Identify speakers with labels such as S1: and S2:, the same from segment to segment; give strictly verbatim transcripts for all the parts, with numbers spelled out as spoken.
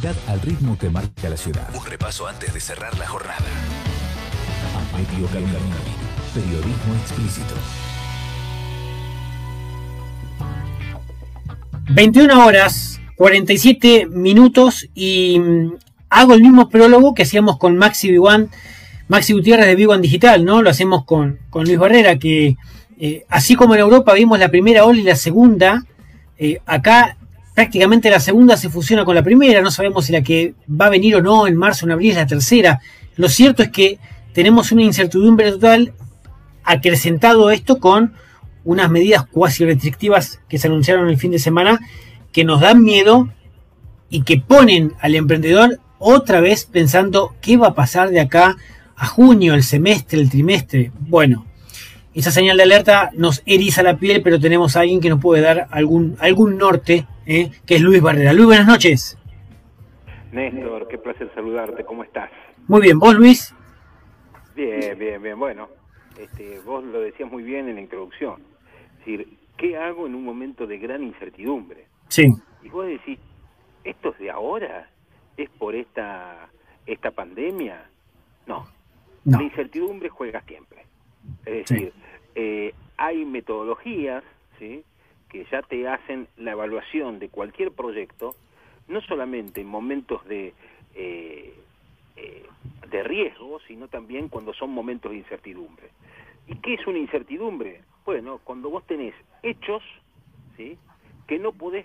S1: actualidad al ritmo que marca la ciudad. Un repaso antes de cerrar la jornada. A medio camino. Periodismo explícito.
S2: veintiuna horas, cuarenta y siete minutos y mm, hago el mismo prólogo que hacíamos con Maxi Viwan, Maxi Gutiérrez de Viwan Digital, ¿no? Lo hacemos con, con Luis Barrera, que eh, así como en Europa vimos la primera ola y la segunda, eh, acá prácticamente la segunda se fusiona con la primera, no sabemos si la que va a venir o no en marzo o en abril es la tercera. Lo cierto es que tenemos una incertidumbre total, acrecentado esto con unas medidas cuasi restrictivas que se anunciaron el fin de semana, que nos dan miedo y que ponen al emprendedor otra vez pensando qué va a pasar de acá a junio, el semestre, el trimestre. Bueno, esa señal de alerta nos eriza la piel, pero tenemos a alguien que nos puede dar algún, algún norte, ¿eh? Que es Luis Barrera. Luis, buenas noches.
S3: Néstor, qué placer saludarte, ¿cómo estás?
S2: Muy bien, ¿vos, Luis?
S3: Bien, bien, bien, bueno, este, vos lo decías muy bien en la introducción. Es decir, ¿qué hago en un momento de gran incertidumbre?
S2: Sí.
S3: Y vos decís, ¿esto es de ahora? ¿Es por esta, esta pandemia? No.
S2: no.
S3: La incertidumbre juega siempre. Es decir, sí. eh, hay metodologías, ¿sí?, que ya te hacen la evaluación de cualquier proyecto, no solamente en momentos de, eh, eh, de riesgo, sino también cuando son momentos de incertidumbre. ¿Y qué es una incertidumbre? Bueno, cuando vos tenés hechos, ¿sí?, que no podés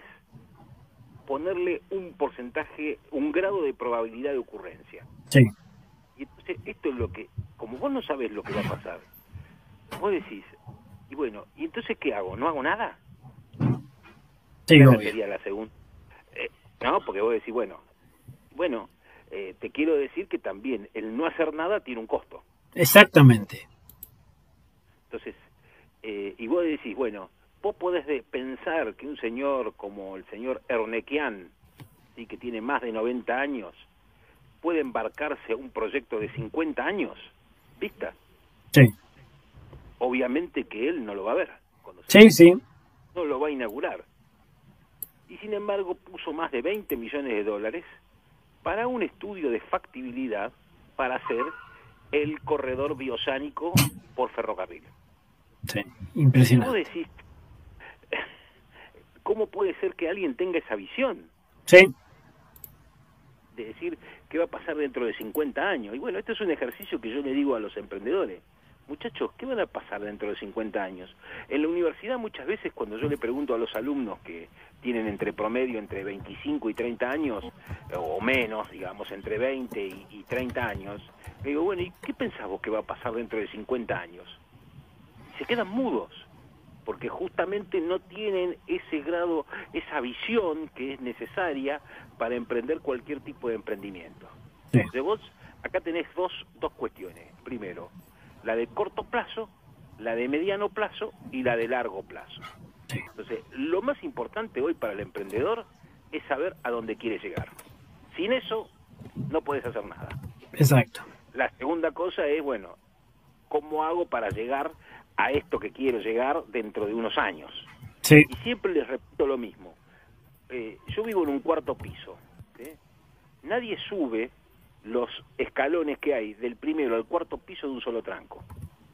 S3: ponerle un porcentaje, un grado de probabilidad de ocurrencia.
S2: Sí.
S3: Y entonces esto es lo que, como vos no sabés lo que va a pasar, vos decís, y bueno, ¿y entonces qué hago? ¿No hago nada?
S2: Sí,
S3: Esa
S2: obvio.
S3: sería la segunda. Eh, no, porque vos decís, bueno, bueno, eh, te quiero decir que también el no hacer nada tiene un costo.
S2: Exactamente.
S3: Entonces, eh, y vos decís, bueno, vos podés de pensar que un señor como el señor Ernequian, ¿sí?, que tiene más de noventa años, puede embarcarse a un proyecto de cincuenta años, ¿vista?
S2: Sí.
S3: Obviamente que él no lo va a ver. Cuando
S2: Sí, sí.
S3: No lo va a inaugurar. Y sin embargo puso más de veinte millones de dólares para un estudio de factibilidad para hacer el corredor biosánico por ferrocarril.
S2: Sí, impresionante.
S3: ¿Cómo decís? ¿Cómo puede ser que alguien tenga esa visión?
S2: Sí.
S3: De decir qué va a pasar dentro de cincuenta años. Y bueno, este es un ejercicio que yo le digo a los emprendedores. Muchachos, ¿qué van a pasar dentro de cincuenta años? En la universidad muchas veces cuando yo le pregunto a los alumnos que tienen entre promedio entre veinticinco y treinta años, o menos, digamos, entre veinte y treinta años, le digo, bueno, ¿y qué pensás vos que va a pasar dentro de cincuenta años? Y se quedan mudos, porque justamente no tienen ese grado, esa visión que es necesaria para emprender cualquier tipo de emprendimiento.
S2: Sí.
S3: Entonces vos, acá tenés dos, dos cuestiones. Primero, la de corto plazo, la de mediano plazo y la de largo plazo.
S2: Sí.
S3: Entonces, lo más importante hoy para el emprendedor es saber a dónde quiere llegar. Sin eso, no puedes hacer nada.
S2: Exacto.
S3: La segunda cosa es, bueno, ¿cómo hago para llegar a esto que quiero llegar dentro de unos años?
S2: Sí.
S3: Y siempre les repito lo mismo. Eh, yo vivo en un cuarto piso, ¿sí? Nadie sube los escalones que hay del primero al cuarto piso de un solo tranco.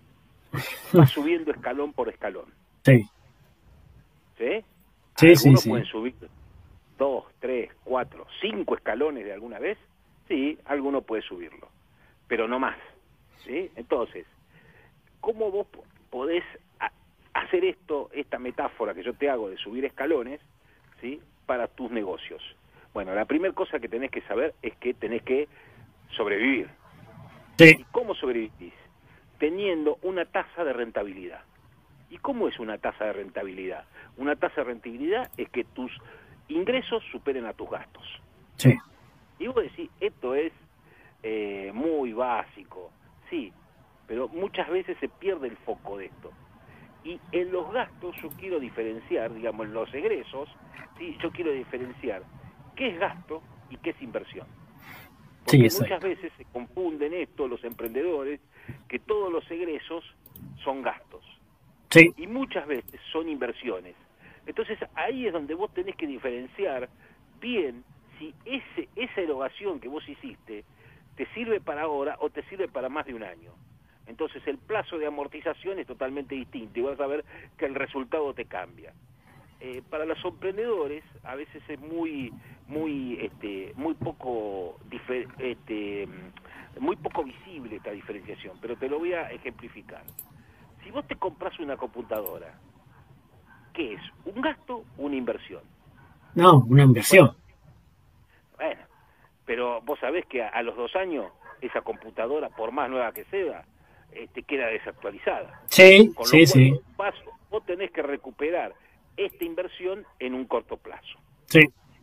S3: Va subiendo escalón por escalón.
S2: Sí.
S3: ¿Sí?
S2: Sí, sí,
S3: Algunos
S2: sí.
S3: pueden subir dos, tres, cuatro, cinco escalones de alguna vez. Sí, alguno puede subirlo, pero no más. ¿Sí? Entonces, ¿cómo vos podés hacer esto, esta metáfora que yo te hago de subir escalones, ¿sí?, para tus negocios? Bueno, la primera cosa que tenés que saber es que tenés que sobrevivir.
S2: Sí.
S3: ¿Y cómo sobrevivís? Teniendo una tasa de rentabilidad. ¿Y cómo es una tasa de rentabilidad? Una tasa de rentabilidad es que tus ingresos superen a tus gastos.
S2: Sí.
S3: Y vos decís, esto es eh, muy básico. Sí, pero muchas veces se pierde el foco de esto. Y en los gastos yo quiero diferenciar, digamos, en los egresos, ¿sí?, yo quiero diferenciar qué es gasto y qué es inversión. Porque
S2: Sí,
S3: muchas veces se confunden esto los emprendedores, que todos los egresos son gastos.
S2: Sí.
S3: Y muchas veces son inversiones. Entonces ahí es donde vos tenés que diferenciar bien si ese, esa erogación que vos hiciste te sirve para ahora o te sirve para más de un año. Entonces el plazo de amortización es totalmente distinto y vas a ver que el resultado te cambia. Eh, para los emprendedores a veces es muy muy este muy poco difer, este, muy poco visible esta diferenciación, pero te lo voy a ejemplificar. Si vos te compras una computadora, ¿qué es? ¿Un gasto o una inversión?
S2: No, una inversión.
S3: Bueno, bueno, pero vos sabés que a, a los dos años esa computadora, por más nueva que sea, este, queda desactualizada.
S2: Sí,
S3: Con
S2: sí,
S3: lo cual,
S2: sí.
S3: vos, vos tenés que recuperar esta inversión en un corto plazo.
S2: Sí.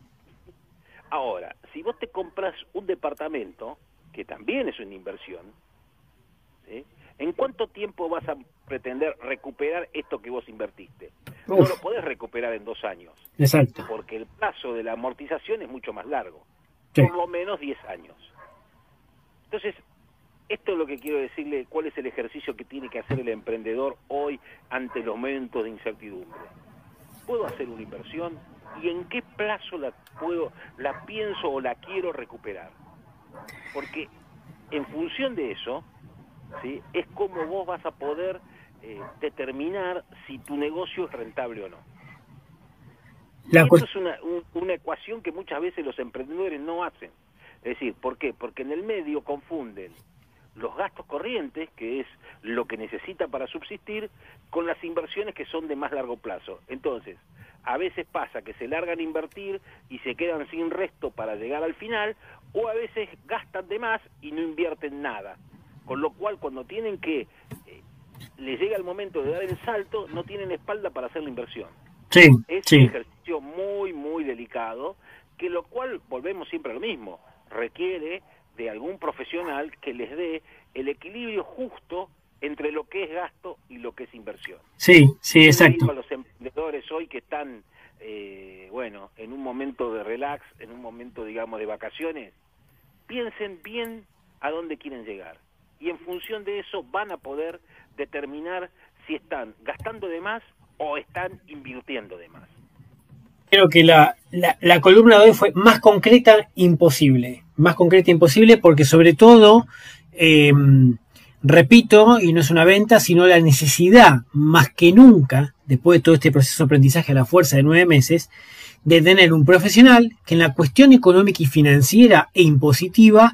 S3: Ahora, si vos te compras un departamento, que también es una inversión, ¿sí? ¿En cuánto tiempo vas a pretender recuperar esto que vos invertiste? Uf. No lo podés recuperar en dos años.
S2: Exacto.
S3: Porque el plazo de la amortización es mucho más largo.
S2: Sí.
S3: Por lo menos diez años. Entonces, esto es lo que quiero decirle, cuál es el ejercicio que tiene que hacer el emprendedor hoy ante los momentos de incertidumbre. ¿Puedo hacer una inversión? ¿Y en qué plazo la puedo, la pienso o la quiero recuperar? Porque en función de eso, ¿sí?, es como vos vas a poder eh, determinar si tu negocio es rentable o no. La Esto es una, un, una ecuación que muchas veces los emprendedores no hacen. Es decir, ¿por qué? Porque en el medio confunden los gastos corrientes, que es lo que necesita para subsistir, con las inversiones que son de más largo plazo. Entonces, a veces pasa que se largan a invertir y se quedan sin resto para llegar al final, o a veces gastan de más y no invierten nada. Con lo cual, cuando tienen que, eh, les llega el momento de dar el salto, no tienen espalda para hacer la inversión.
S2: Sí,
S3: es
S2: sí.
S3: un ejercicio muy, muy delicado, que lo cual, volvemos siempre a lo mismo, requiere de algún profesional que les dé el equilibrio justo entre lo que es gasto y lo que es inversión.
S2: Sí, sí,
S3: Yo
S2: exacto.
S3: digo a los emprendedores hoy que están, eh, bueno, en un momento de relax, en un momento, digamos, de vacaciones, piensen bien a dónde quieren llegar. Y en función de eso van a poder determinar si están gastando de más o están invirtiendo de más.
S2: Creo que la, la, la columna de hoy fue más concreta imposible. Más concreta imposible porque sobre todo, eh, repito, y no es una venta, sino la necesidad, más que nunca, después de todo este proceso de aprendizaje a la fuerza de nueve meses, de tener un profesional que en la cuestión económica y financiera e impositiva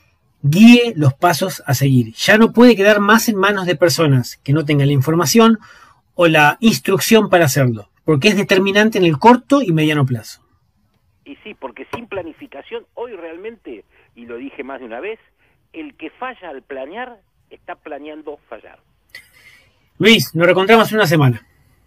S2: guíe los pasos a seguir. Ya no puede quedar más en manos de personas que no tengan la información o la instrucción para hacerlo, porque es determinante en el corto y mediano plazo.
S3: Y sí, porque sin planificación, hoy realmente, y lo dije más de una vez, el que falla al planear, está planeando fallar.
S2: Luis, nos reencontramos en una semana.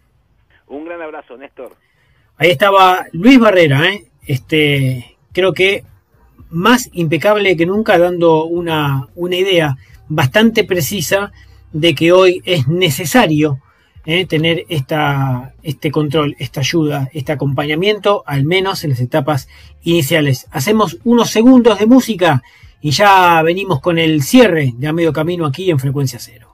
S3: Un gran abrazo, Néstor.
S2: Ahí estaba Luis Barrera, ¿eh? este, creo que más impecable que nunca, dando una, una idea bastante precisa de que hoy es necesario Eh, tener esta, este control, esta ayuda, este acompañamiento, al menos en las etapas iniciales. Hacemos unos segundos de música y ya venimos con el cierre de A Medio Camino aquí en Frecuencia Cero.